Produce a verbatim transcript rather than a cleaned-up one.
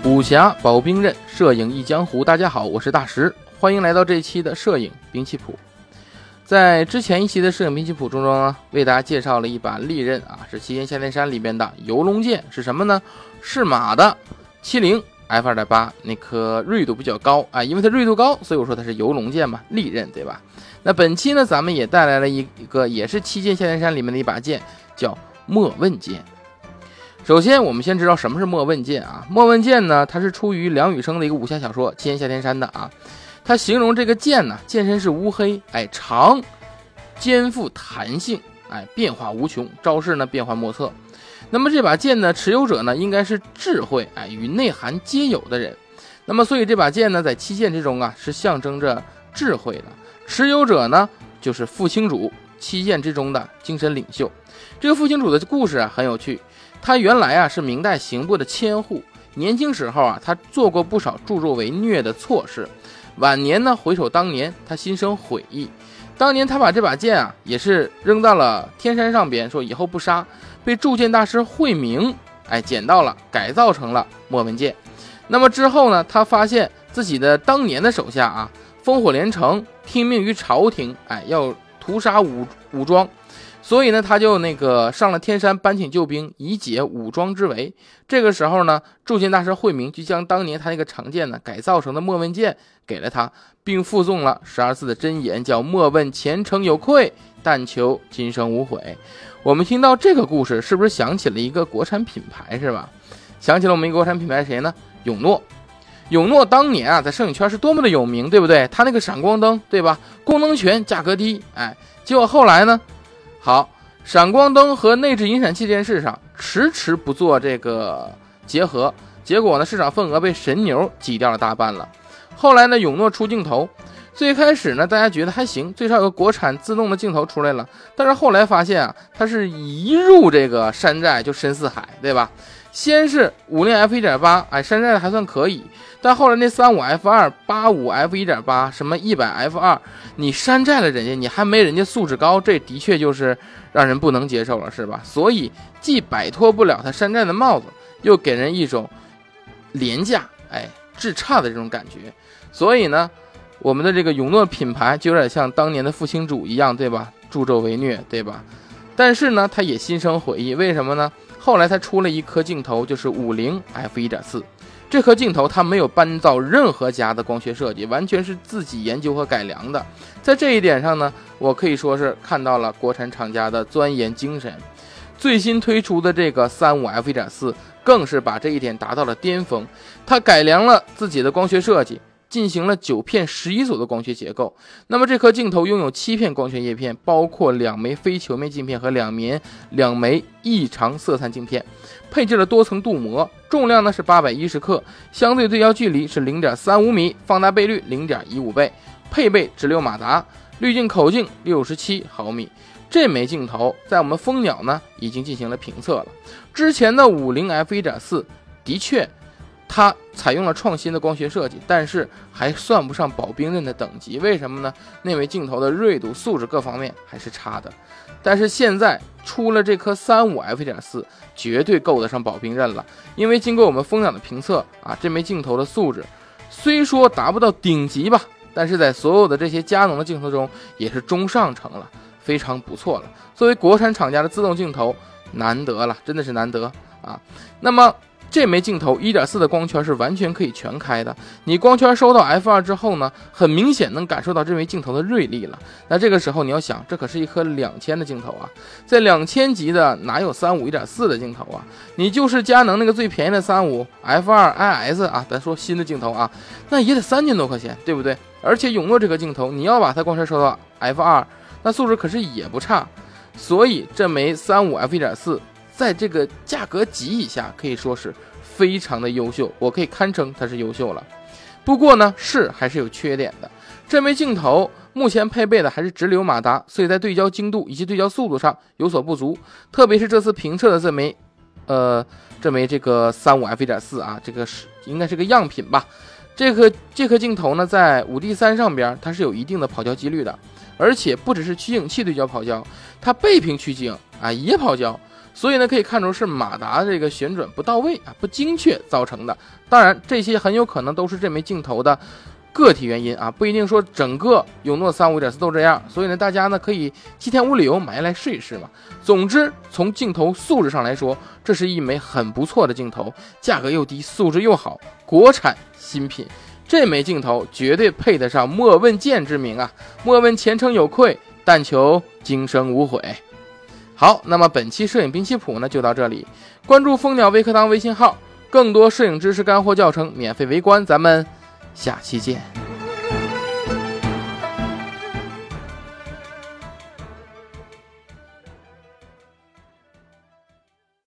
武侠保兵刃，摄影一江湖。大家好，我是大石，欢迎来到这一期的摄影兵器谱。在之前一期的摄影兵器谱中中呢，为大家介绍了一把利刃啊，是七剑下天山里边的游龙剑，是什么呢？是马的七零 F 二点八， 那颗锐度比较高啊，因为它锐度高，所以我说它是游龙剑嘛，利刃，对吧？那本期呢，咱们也带来了一个也是七剑下天山里面的一把剑，叫莫问剑。首先我们先知道什么是莫问剑啊。莫问剑呢，它是出于梁羽生的一个武侠小说《七剑下天山》的啊。它形容这个剑呢，剑身是乌黑，哎，长，肩负弹性，哎，变化无穷，招式呢变幻莫测。那么这把剑呢，持有者呢应该是智慧，哎，与内涵皆有的人。那么所以这把剑呢，在七剑之中啊，是象征着智慧的。持有者呢，就是副清主，七剑之中的精神领袖。这个副清主的故事啊很有趣。他原来啊是明代刑部的千户，年轻时候啊他做过不少助纣为虐的错事，晚年呢回首当年，他心生悔意。当年他把这把剑啊也是扔到了天山上边，说以后不杀，被铸剑大师慧明哎捡到了，改造成了莫问剑。那么之后呢，他发现自己的当年的手下啊烽火连城，听命于朝廷，哎要屠杀武武装。所以呢，他就那个上了天山，搬请救兵，以解武装之围。这个时候呢，铸剑大师慧明就将当年他那个长剑呢改造成的莫问剑给了他，并附送了十二字的真言，叫莫问前程有愧，但求今生无悔。我们听到这个故事，是不是想起了一个国产品牌，是吧？想起了我们一个国产品牌谁呢？永诺。永诺当年啊，在摄影圈是多么的有名，对不对？他那个闪光灯，对吧？功能全，价格低，哎，结果后来呢？好，闪光灯和内置引闪器这件事上迟迟不做这个结合，结果呢市场份额被神牛挤掉了大半了。后来呢永诺出镜头，最开始呢大家觉得还行，最少有个国产自动的镜头出来了，但是后来发现啊，它是一入这个山寨就深似海，对吧？先是五零 F 一点八， 哎，山寨的还算可以，但后来那三五 F 二、八五 F 一点八， 什么一百 F 二， 你山寨了人家，你还没人家素质高，这的确就是让人不能接受了，是吧？所以既摆脱不了他山寨的帽子，又给人一种廉价，哎，质差的这种感觉。所以呢，我们的这个永诺品牌就有点像当年的副清主一样，对吧？助纣为虐，对吧？但是呢，他也心生悔意，为什么呢？后来他出了一颗镜头，就是 五零 F 一点四， 这颗镜头他没有搬造任何家的光学设计，完全是自己研究和改良的。在这一点上呢，我可以说是看到了国产厂家的钻研精神。最新推出的这个 三五 F 一点四 更是把这一点达到了巅峰，他改良了自己的光学设计，进行了九片十一组的光学结构。那么这颗镜头拥有七片光学叶片，包括两枚非球面镜片和两枚两枚异常色散镜片，配置了多层镀膜，重量呢是八百一十克，相对对焦距离是 零点三五米，放大倍率 零点一五倍，配备直流马达，滤镜口径六十七毫米。这枚镜头在我们蜂鸟呢已经进行了评测了。之前的 五零 F 一点四 的确它采用了创新的光学设计，但是还算不上保兵刃的等级。为什么呢？那枚镜头的锐度、素质各方面还是差的。但是现在出了这颗 三五 F 一点四， 绝对够得上保兵刃了。因为经过我们蜂鸟的评测啊，这枚镜头的素质虽说达不到顶级吧，但是在所有的这些佳能的镜头中也是中上乘了，非常不错了。作为国产厂家的自动镜头，难得了，真的是难得啊。那么这枚镜头 一点四 的光圈是完全可以全开的，你光圈收到 F 二 之后呢，很明显能感受到这枚镜头的锐利了。那这个时候你要想，这可是一颗两千的镜头啊，在两千级的哪有 三五 一点四 的镜头啊？你就是佳能那个最便宜的 三五 F 二 I S 啊，咱说新的镜头啊，那也得三千多块钱，对不对？而且永诺这个镜头，你要把它光圈收到 F 二， 那素质可是也不差。所以这枚 三五 F 一点四在这个价格级以下可以说是非常的优秀，我可以堪称它是优秀了。不过呢，是还是有缺点的。这枚镜头目前配备的还是直流马达，所以在对焦精度以及对焦速度上有所不足。特别是这次评测的这枚，呃，这枚这个 三五 F 一点四 啊，这个是应该是个样品吧。这颗这颗镜头呢，在 五 D 三 上边它是有一定的跑焦几率的，而且不只是取景器对焦跑焦，它背屏取景啊也跑焦。 所以呢可以看出是马达这个旋转不到位啊，不精确造成的。当然这些很有可能都是这枚镜头的个体原因啊，不一定说整个永诺三五 点四 都这样。所以呢大家呢可以七天无理由买下来试一试嘛。总之从镜头素质上来说，这是一枚很不错的镜头，价格又低，素质又好，国产新品。这枚镜头绝对配得上莫问剑之名啊！莫问前程有愧，但求今生无悔。好，那么本期摄影兵器谱呢就到这里，关注蜂鸟微课堂微信号，更多摄影知识干货教程免费围观，咱们下期见。